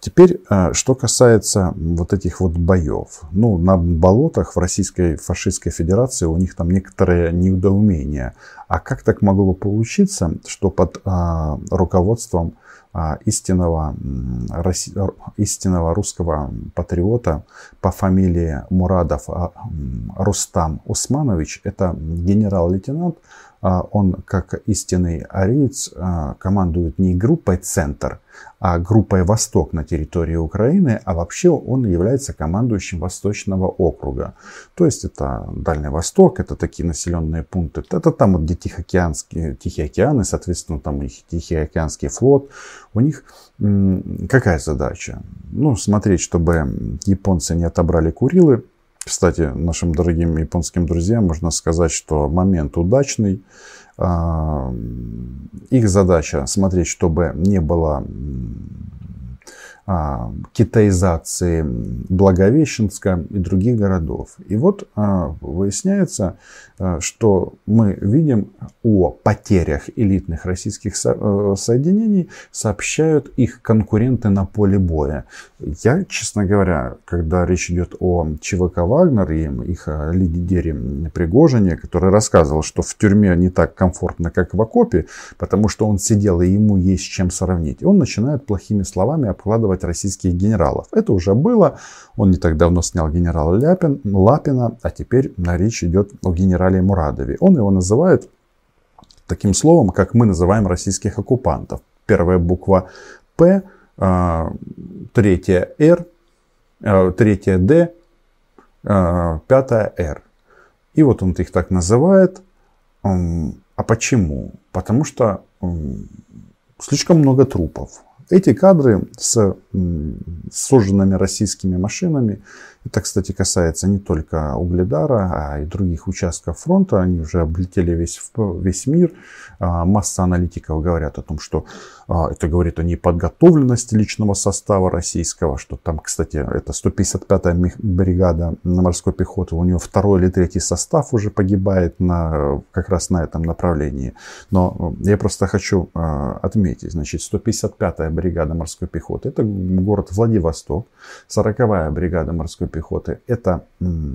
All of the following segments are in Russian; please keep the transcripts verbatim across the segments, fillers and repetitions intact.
Теперь, что касается вот этих вот боев. Ну, на болотах в Российской фашистской Федерации у них там некоторые недоумения. А как так могло получиться, что под а, руководством а, истинного, роси, истинного русского патриота по фамилии Мурадов а, Рустам Усманович, это генерал-лейтенант, а, он как истинный ариец а, командует не группой «Центр», а группой «Восток» на территории Украины, а вообще он является командующим Восточного округа. То есть это Дальний Восток, это такие населенные пункты, это там, где Тихоокеанский, Тихий океан, и, соответственно, там у них Тихоокеанский флот. У них м- какая задача? Ну, смотреть, чтобы японцы не отобрали Курилы. Кстати, нашим дорогим японским друзьям можно сказать, что момент удачный. Их задача смотреть, чтобы не было китаизации Благовещенска и других городов. И вот выясняется, что мы видим о потерях элитных российских соединений сообщают их конкуренты на поле боя. Я, честно говоря, когда речь идет о ЧВК «Вагнер» и их лидере Пригожине, который рассказывал, что в тюрьме не так комфортно, как в окопе, потому что он сидел и ему есть с чем сравнить, он начинает плохими словами обкладывать российских генералов. Это уже было. Он не так давно снял генерала Ляпин, Лапина, а теперь речь идет о генерале Мурадове. Он его называет таким словом, как мы называем российских оккупантов. Первая буква П, третья Р, третья Д, пятая Р. И вот он их так называет. А почему? Потому что слишком много трупов. Эти кадры с сожженными российскими машинами, это, кстати, касается не только Угледара, а и других участков фронта, они уже облетели весь, весь мир. Масса аналитиков говорят о том, что это говорит о неподготовленности личного состава российского, что там, кстати, это сто пятьдесят пятая бригада морской пехоты, у нее второй или третий состав уже погибает на, как раз на этом направлении. Но я просто хочу отметить, значит, сто пятьдесят пятая бригада морской пехоты, это город Владивосток, сороковая бригада морской пехоты, это,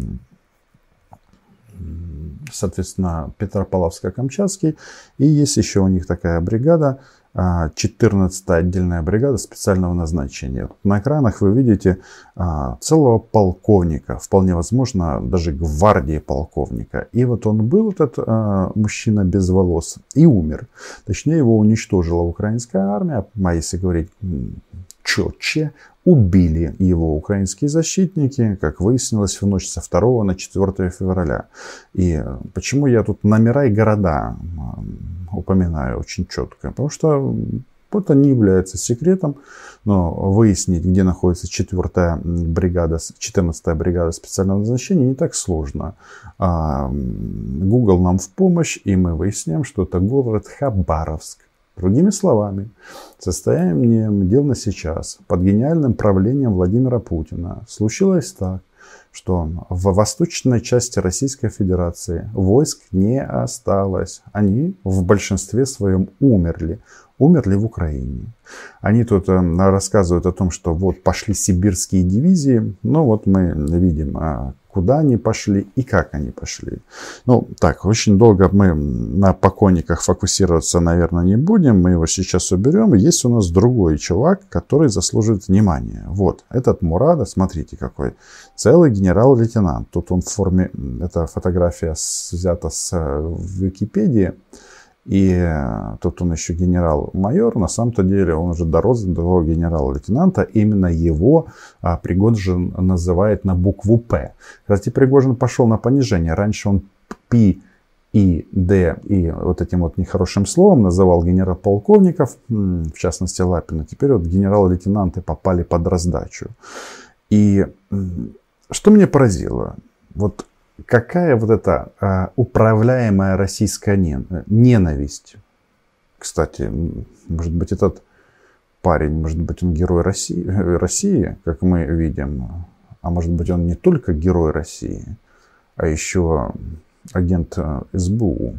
соответственно, Петропавловско-Камчатский, и есть еще у них такая бригада, четырнадцатая отдельная бригада специального назначения. На экранах вы видите целого полковника, вполне возможно, даже гвардии полковника. И вот он был, этот мужчина без волос, и умер. Точнее, его уничтожила украинская армия, а если говорить четче, убили его украинские защитники, как выяснилось, в ночь со второго на четвёртое февраля. И почему я тут номера и города упоминаю очень четко? Потому что это не является секретом, но выяснить, где находится четвёртая бригада, четырнадцатая бригада специального назначения, не так сложно. Google нам в помощь, и мы выясняем, что это город Хабаровск. Другими словами, состоянием дел на сейчас, под гениальным правлением Владимира Путина, случилось так, что в восточной части Российской Федерации войск не осталось. Они в большинстве своем умерли. Умерли в Украине. Они тут рассказывают о том, что вот пошли сибирские дивизии. Ну вот мы видим, куда они пошли и как они пошли. Ну так, очень долго мы на покойниках фокусироваться, наверное, не будем. Мы его сейчас уберем. Есть у нас другой чувак, который заслуживает внимания. Вот, этот Мурадов, смотрите какой. Целый генерал-лейтенант. Тут он в форме, эта фотография взята с Википедии. И тут он еще генерал-майор. На самом-то деле он уже дорос до генерала-лейтенанта. Именно его а, Пригожин называет на букву П. Кстати, Пригожин пошел на понижение. Раньше он П и Д и вот этим вот нехорошим словом называл генерал-полковников, в частности Лапина. Теперь вот генерал-лейтенанты попали под раздачу. И что меня поразило? Вот какая вот эта а, управляемая российская ненависть. Кстати, может быть, этот парень, может быть, он герой России, России, как мы видим. А может быть, он не только герой России, а еще агент эс бэ у.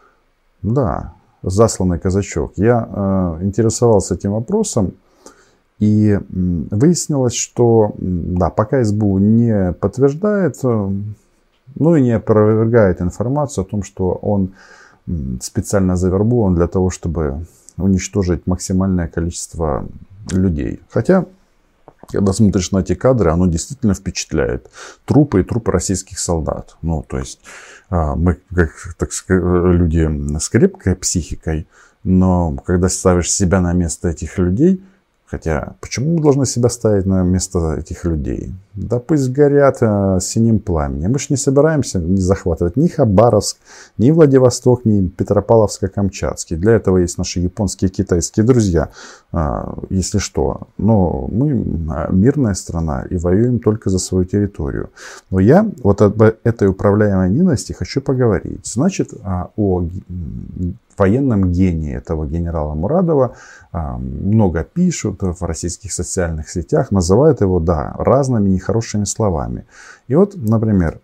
Да, засланный казачок. Я э, интересовался этим вопросом. И выяснилось, что да, пока СБУ не подтверждает, ну и не опровергает информацию о том, что он специально завербован для того, чтобы уничтожить максимальное количество людей. Хотя, когда смотришь на эти кадры, оно действительно впечатляет. Трупы и трупы российских солдат. Ну, то есть, мы, как так сказать, люди с крепкой психикой, но когда ставишь себя на место этих людей, хотя, почему мы должны себя ставить на место этих людей? Да пусть горят э, синим пламенем. Мы же не собираемся не захватывать ни Хабаровск, ни Владивосток, ни Петропавловск-Камчатский. Для этого есть наши японские и китайские друзья, э, если что. Но мы мирная страна и воюем только за свою территорию. Но я вот об этой управляемой ненависти хочу поговорить. Значит, о военном гении этого генерала Мурадова много пишут в российских социальных сетях, называют его, да, разными нехорошими словами. И вот, например,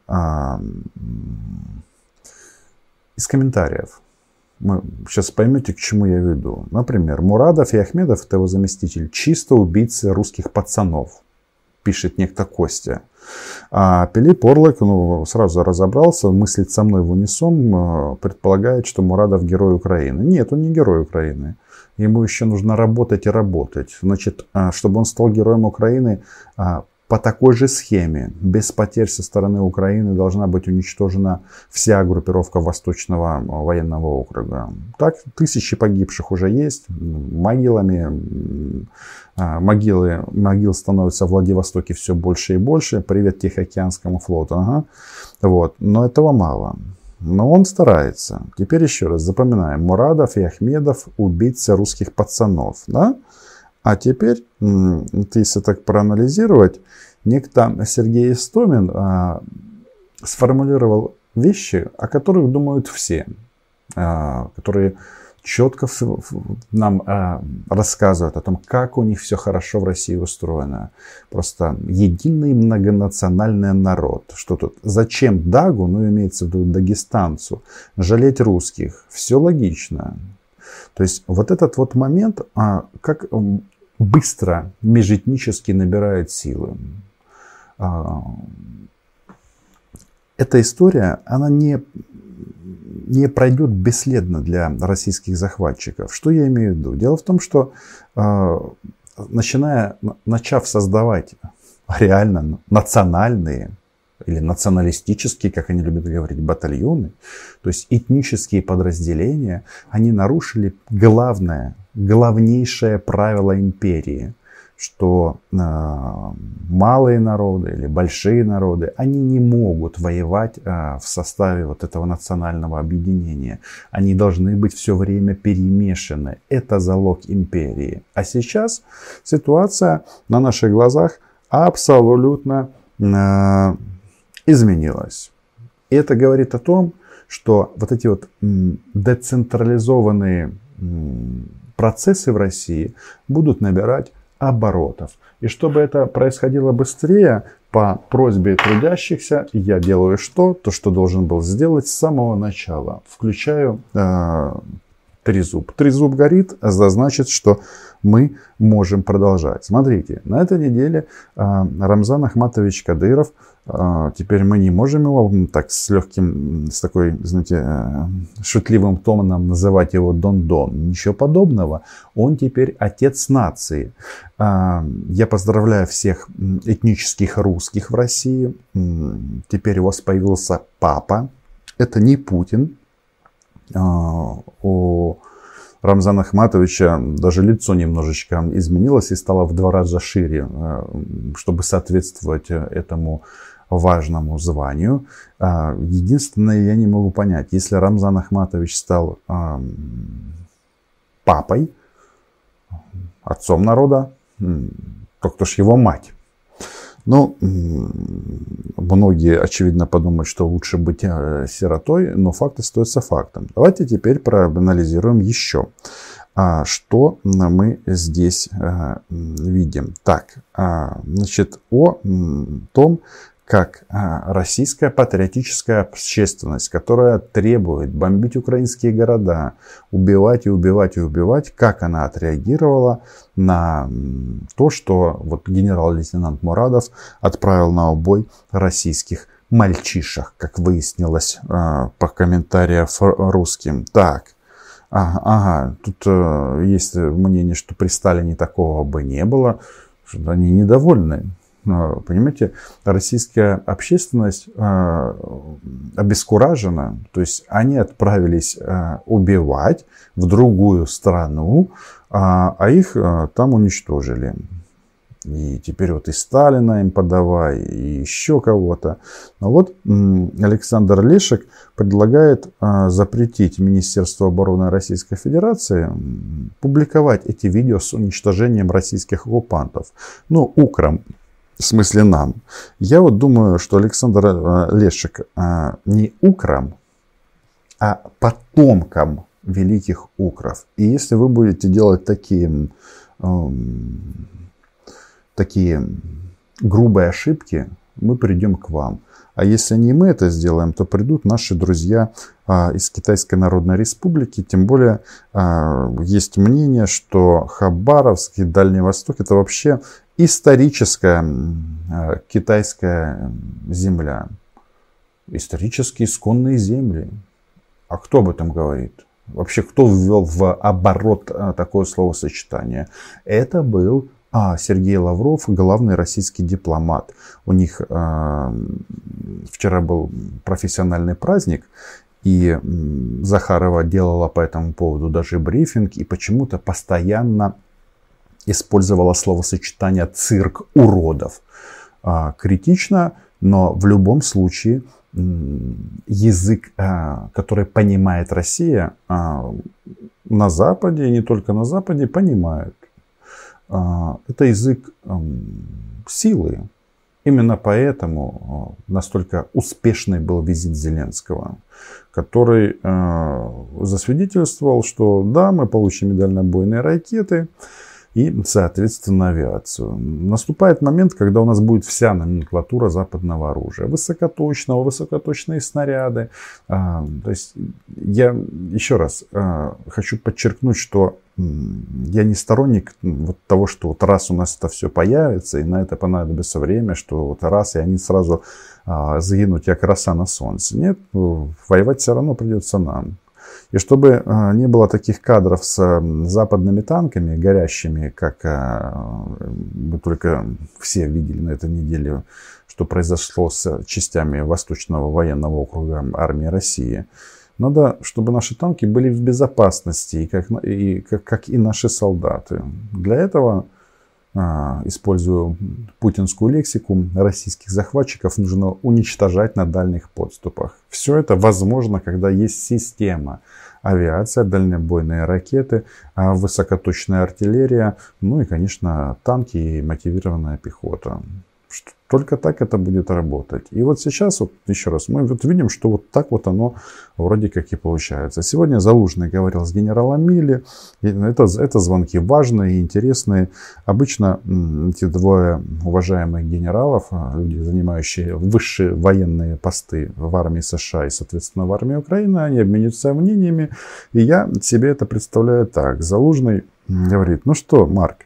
из комментариев вы сейчас поймете, к чему я веду. Например, Мурадов и Ахмедов, это его заместитель, чисто убийцы русских пацанов, пишет некто Костя. А Пилип Орлик, ну, сразу разобрался, мыслит со мной в унисон, предполагает, что Мурадов герой Украины. Нет, он не герой Украины. Ему еще нужно работать и работать. Значит, чтобы он стал героем Украины, по такой же схеме, без потерь со стороны Украины, должна быть уничтожена вся группировка Восточного военного округа. Так, тысячи погибших уже есть. Могилами, могилы, могил становится в Владивостоке все больше и больше. Привет Тихоокеанскому флоту. Ага. Вот. Но этого мало. Но он старается. Теперь еще раз запоминаем. Мурадов и Ахмедов – убийцы русских пацанов. Да? А теперь, если так проанализировать, некто Сергей Истомин а, сформулировал вещи, о которых думают все, а, которые четко нам а, рассказывают о том, как у них все хорошо в России устроено. Просто единый многонациональный народ. Что тут? Зачем Дагу, ну имеется в виду дагестанцу, жалеть русских? Все логично. То есть вот этот вот момент, а, как быстро межэтнически набирает силы. Эта история, она не, не пройдет бесследно для российских захватчиков. Что я имею в виду? Дело в том, что начиная, начав создавать реально национальные или националистические, как они любят говорить, батальоны, то есть этнические подразделения, они нарушили главное, главнейшее правило империи, что э, малые народы или большие народы, они не могут воевать э, в составе вот этого национального объединения. Они должны быть все время перемешаны. Это залог империи. А сейчас ситуация на наших глазах абсолютно э, изменилась. И это говорит о том, что вот эти вот м, децентрализованные м, процессы в России будут набирать оборотов. И чтобы это происходило быстрее, по просьбе трудящихся, я делаю что? То, что должен был сделать с самого начала. Включаю э, трезуб. Трезуб горит, а значит, что мы можем продолжать. Смотрите, на этой неделе э, Рамзан Ахматович Кадыров, э, теперь мы не можем его так с легким, с такой, знаете, э, шутливым тоном называть его Дон-Дон. Ничего подобного. Он теперь отец нации. Э, я поздравляю всех этнических русских в России. Э, теперь у вас появился папа. Это не Путин. Э, о Рамзана Ахматовича даже лицо немножечко изменилось и стало в два раза шире, чтобы соответствовать этому важному званию. Единственное, я не могу понять, если Рамзан Ахматович стал папой, отцом народа, то кто ж его мать? Ну, многие, очевидно, подумают, что лучше быть сиротой, но факт остается фактом. Давайте теперь проанализируем еще, что мы здесь видим. Так, значит, о том, как российская патриотическая общественность, которая требует бомбить украинские города, убивать и убивать и убивать, как она отреагировала на то, что вот генерал-лейтенант Мурадов отправил на убой российских мальчишек, как выяснилось по комментариям русским. Так, ага, ага тут есть мнение, что при Сталине такого бы не было, что они недовольны. Понимаете, российская общественность э, обескуражена, то есть они отправились э, убивать в другую страну, а, а их э, там уничтожили. И теперь вот и Сталина им подавай, и еще кого-то. Но вот м, Александр Лешек предлагает э, запретить Министерству обороны Российской Федерации м, публиковать эти видео с уничтожением российских оккупантов. Ну, укром. В смысле нам. Я вот думаю, что Александр Лешек не укром, а потомком великих укров. И если вы будете делать такие, такие грубые ошибки, мы придем к вам. А если не мы это сделаем, то придут наши друзья из Китайской Народной Республики. Тем более есть мнение, что Хабаровск и Дальний Восток это вообще историческая китайская земля. Исторически исконные земли. А кто об этом говорит? Вообще, кто ввел в оборот такое словосочетание? Это был а, Сергей Лавров, главный российский дипломат. У них а, вчера был профессиональный праздник. И Захарова делала по этому поводу даже брифинг. И почему-то постоянно использовала словосочетание «цирк уродов». А, критично, но в любом случае язык, а, который понимает Россия, а, на Западе, и не только на Западе, понимают. А, это язык а, силы. Именно поэтому а, настолько успешный был визит Зеленского, который а, засвидетельствовал, что да, мы получим дальнобойные ракеты, и, соответственно, авиацию. Наступает момент, когда у нас будет вся номенклатура западного оружия. Высокоточного, высокоточные снаряды. А, то есть, я еще раз а, хочу подчеркнуть, что м, я не сторонник вот того, что вот раз у нас это все появится, и на это понадобится время, что вот раз, и они сразу а, сгинут, как роса на солнце. Нет, воевать все равно придется нам. И чтобы э, не было таких кадров с э, западными танками горящими, как э, мы только все видели на этой неделе, что произошло с частями Восточного военного округа армии России, надо, чтобы наши танки были в безопасности, и как и, как, как и наши солдаты. Для этого, э, используя путинскую лексику, российских захватчиков нужно уничтожать на дальних подступах. Все это возможно, когда есть система. Авиация, дальнобойные ракеты, высокоточная артиллерия, ну и, конечно, танки и мотивированная пехота. Только так это будет работать. И вот сейчас, вот еще раз, мы вот видим, что вот так вот оно вроде как и получается. Сегодня Залужный говорил с генералом Милли. Это, это звонки важные и интересные. Обычно эти двое уважаемых генералов, люди, занимающие высшие военные посты в армии США и, соответственно, в армии Украины, они обмениваются мнениями. И я себе это представляю так. Залужный говорит: ну что, Марк,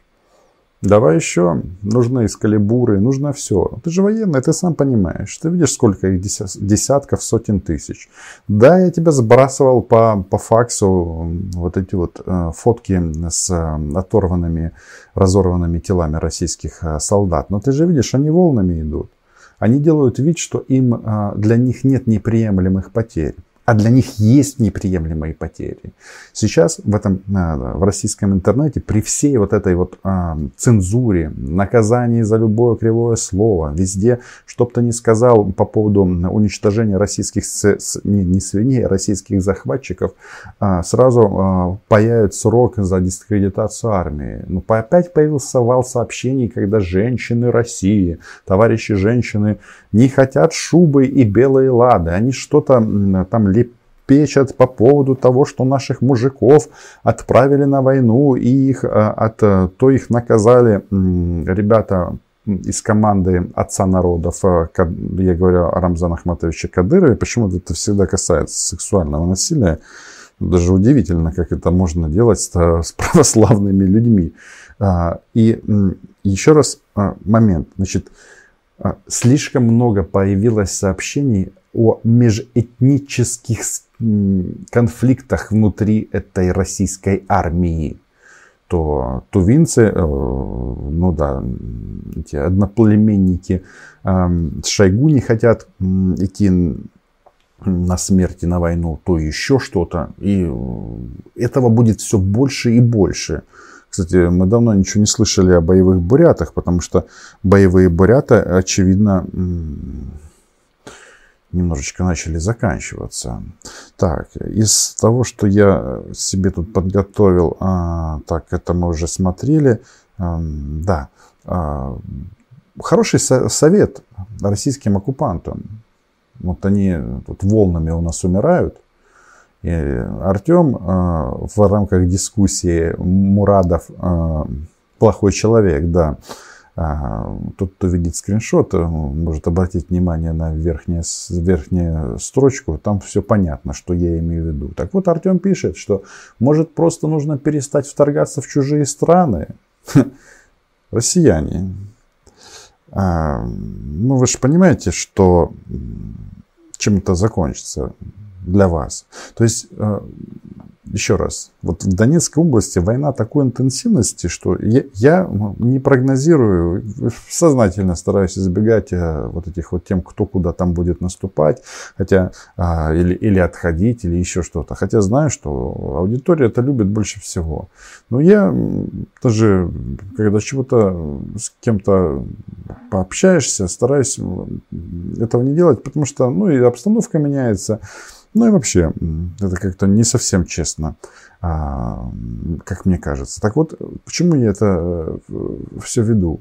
давай еще, нужны эскалибуры, нужно все. Ты же военный, ты сам понимаешь. Ты видишь, сколько их десятков, сотен тысяч. Да, я тебя сбрасывал по, по факсу вот эти вот э, фотки с э, оторванными, разорванными телами российских э, солдат. Но ты же видишь, они волнами идут. Они делают вид, что им, э, для них нет неприемлемых потерь. А для них есть неприемлемые потери. Сейчас в этом, в российском интернете при всей вот этой вот а, цензуре, наказании за любое кривое слово, везде, что бы ты ни сказал по поводу уничтожения российских, не, не свиней, а российских захватчиков, а, сразу а, появится срок за дискредитацию армии. Ну, опять появился вал сообщений, когда женщины России, товарищи женщины, не хотят шубы и белые лады. Они что-то там печат по поводу того, что наших мужиков отправили на войну и их, от, то их наказали ребята из команды отца народов, я говорю о Рамзане Ахматовиче Кадырове, почему это всегда касается сексуального насилия. Даже удивительно, как это можно делать с, с православными людьми. И еще раз момент. Значит, слишком много появилось сообщений о межэтнических конфликтах внутри этой российской армии. То тувинцы, ну да, эти одноплеменники с Шойгу не хотят идти на смерть и на войну, то еще что-то. И этого будет все больше и больше. Кстати, мы давно ничего не слышали о боевых бурятах, потому что боевые буряты, очевидно, немножечко начали заканчиваться. Так, из того, что я себе тут подготовил, а, так, это мы уже смотрели. А, да, а, хороший со- совет российским оккупантам. Вот они тут волнами у нас умирают. И Артем а, в рамках дискуссии Мурадов а, плохой человек, да. Тот, кто видит скриншот, может обратить внимание на верхнюю, верхнюю строчку. Там все понятно, что я имею в виду. Так вот, Артем пишет, что может просто нужно перестать вторгаться в чужие страны. Россияне. Ну, вы же понимаете, что чем это закончится для вас. То есть, еще раз, вот в Донецкой области война такой интенсивности, что я, я не прогнозирую, сознательно стараюсь избегать вот этих вот тем, кто куда там будет наступать, хотя, или, или отходить, или еще что-то. Хотя знаю, что аудитория это любит больше всего. Но я даже, когда чего-то с кем-то пообщаешься, стараюсь этого не делать, потому что, ну, и обстановка меняется. Ну и вообще, это как-то не совсем честно, как мне кажется. Так вот, почему я это все веду?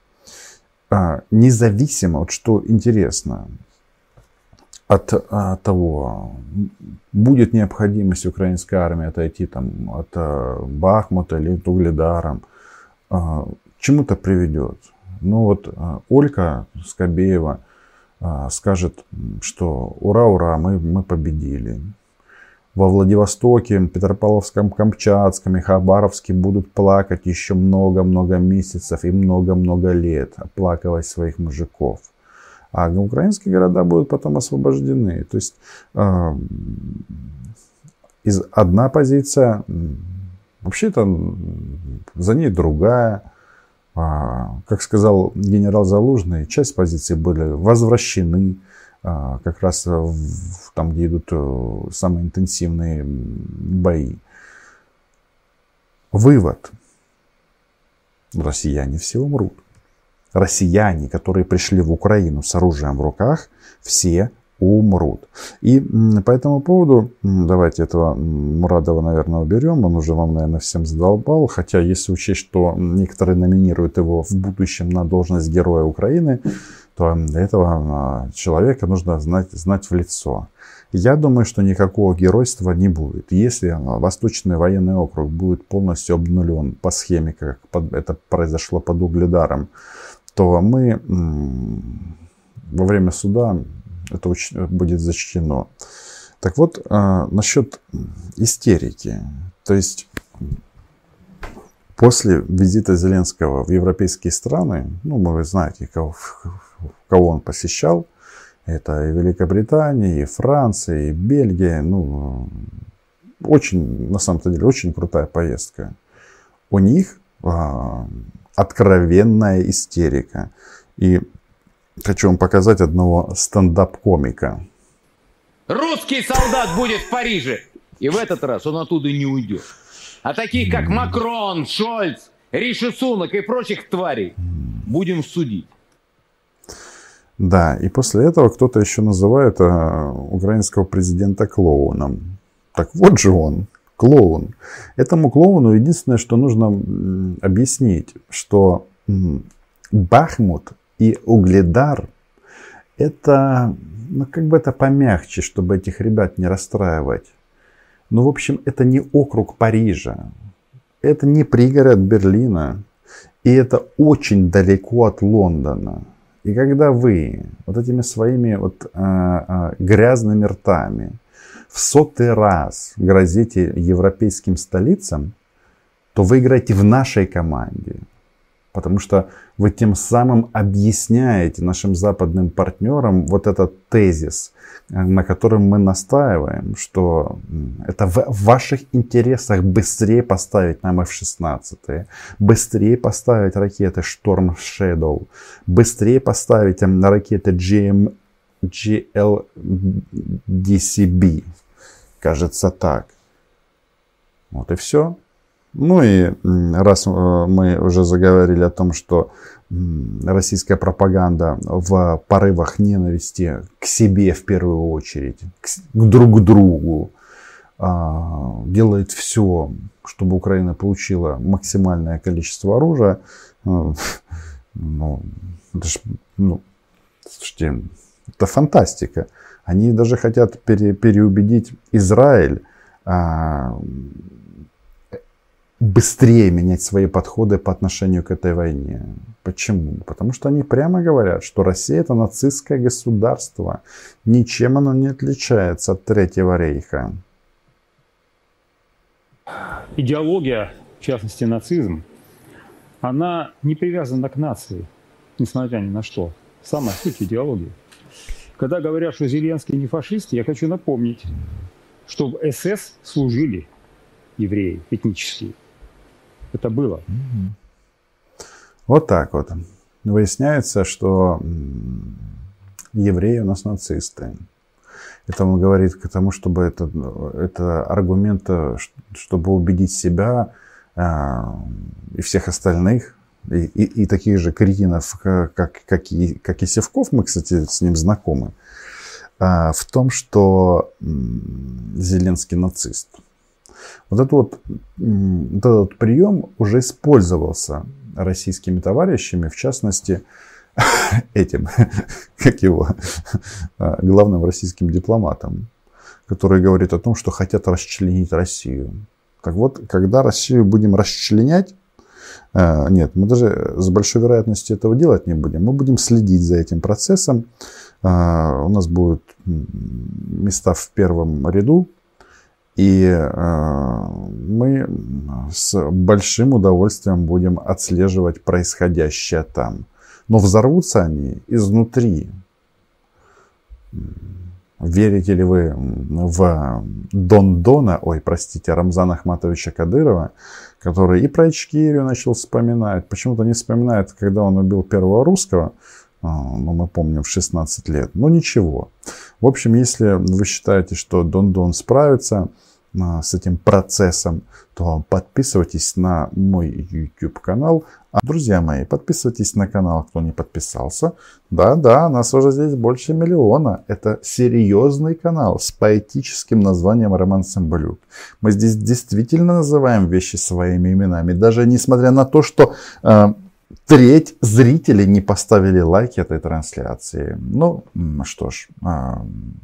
Независимо от что интересно, от того, будет необходимость украинской армии отойти там, от Бахмута или от Угледара, к чему-то приведет. Ну вот Ольга Скобеева скажет, что ура, ура, мы, мы победили. Во Владивостоке, Петропавловском, Камчатском и Хабаровске будут плакать еще много-много месяцев и много-много лет, оплакивать своих мужиков. А украинские города будут потом освобождены. То есть э, из одна позиция, вообще-то за ней другая. Как сказал генерал Залужный, часть позиций были возвращены как раз в, там, где идут самые интенсивные бои. Вывод. Россияне все умрут. Россияне, которые пришли в Украину с оружием в руках, все умрут. И по этому поводу, давайте этого Мурадова, наверное, уберем. Он уже вам, наверное, всем задолбал. Хотя, если учесть, что некоторые номинируют его в будущем на должность Героя Украины, то для этого человека нужно знать, знать в лицо. Я думаю, что никакого геройства не будет. Если Восточный военный округ будет полностью обнулен по схеме, как это произошло под Угледаром, то мы во время суда это будет зачтено. Так вот, насчет истерики. То есть, после визита Зеленского в европейские страны, ну, вы знаете, кого, кого он посещал, это и Великобритания, и Франция, и Бельгия. Ну, очень, на самом деле, очень крутая поездка. У них а, откровенная истерика. И хочу вам показать одного стендап-комика. Русский солдат будет в Париже. И в этот раз он оттуда не уйдет. А таких, как Макрон, Шольц, Риши Сунак и прочих тварей будем судить. Да, и после этого кто-то еще называет а, украинского президента клоуном. Так вот же он, клоун. Этому клоуну единственное, что нужно м, объяснить, что м, Бахмут и Угледар, это, ну, как бы это помягче, чтобы этих ребят не расстраивать. Ну, в общем, это не округ Парижа, это не пригород Берлина. И это очень далеко от Лондона. И когда вы вот этими своими вот, а, а, грязными ртами в сотый раз грозите европейским столицам, то вы играете в нашей команде. Потому что вы тем самым объясняете нашим западным партнерам вот этот тезис, на котором мы настаиваем, что это в ваших интересах быстрее поставить нам эф шестнадцать, быстрее поставить ракеты Storm Shadow, быстрее поставить на ракеты джи эм, джи эл ди си би. Кажется так. Вот и все. Ну и раз мы уже заговорили о том, что российская пропаганда в порывах ненависти к себе в первую очередь, к друг другу, делает все, чтобы Украина получила максимальное количество оружия, ну, это ж, ну, слушайте, это фантастика. Они даже хотят пере, переубедить Израиль а, быстрее менять свои подходы по отношению к этой войне. Почему? Потому что они прямо говорят, что Россия это нацистское государство. Ничем оно не отличается от Третьего рейха. Идеология, в частности нацизм, она не привязана к нации, несмотря ни на что. Самая суть идеологии. Когда говорят, что Зеленский не фашист, я хочу напомнить, что в эс эс служили евреи этнические. Это было. Вот так вот. Выясняется, что евреи у нас нацисты. Это он говорит к тому, чтобы это, это аргумент, чтобы убедить себя а, и всех остальных, и, и, и таких же кретинов, как, как, и, как и Севков, мы, кстати, с ним знакомы, а, в том, что Зеленский нацист. Вот этот вот, вот этот вот прием уже использовался российскими товарищами, в частности, этим, как его, главным российским дипломатом, который говорит о том, что хотят расчленить Россию. Так вот, когда Россию будем расчленять, нет, мы даже с большой вероятностью этого делать не будем. Мы будем следить за этим процессом. У нас будут места в первом ряду. И мы с большим удовольствием будем отслеживать происходящее там. Но взорвутся они изнутри. Верите ли вы в Дон Дона, ой, простите, Рамзана Ахматовича Кадырова, который и про Ичкерию начал вспоминать. Почему-то не вспоминает, когда он убил первого русского, ну, мы помним, в шестнадцать лет. Ну, ничего. В общем, если вы считаете, что Дон Дон справится с этим процессом, то подписывайтесь на мой YouTube канал. А, друзья мои, подписывайтесь на канал, кто не подписался. Да-да, нас уже здесь больше миллиона. Это серьезный канал с поэтическим названием Роман Цымбалюк. Мы здесь действительно называем вещи своими именами. Даже несмотря на то, что э, треть зрителей не поставили лайки этой трансляции. Ну, что ж, э,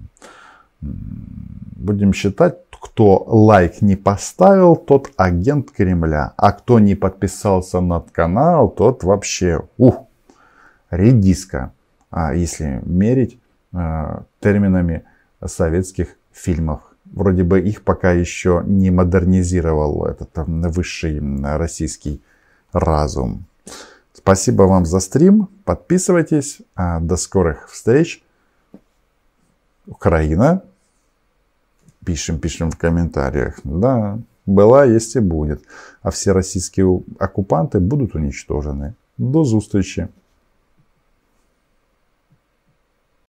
будем считать, кто лайк не поставил, тот агент Кремля. А кто не подписался на канал, тот вообще ух, редиска. А если мерить э, терминами советских фильмов. Вроде бы их пока еще не модернизировал этот высший российский разум. Спасибо вам за стрим. Подписывайтесь. До скорых встреч. Украина. Пишем, пишем в комментариях. Да, была, есть и будет. А все российские оккупанты будут уничтожены. До зустрічі.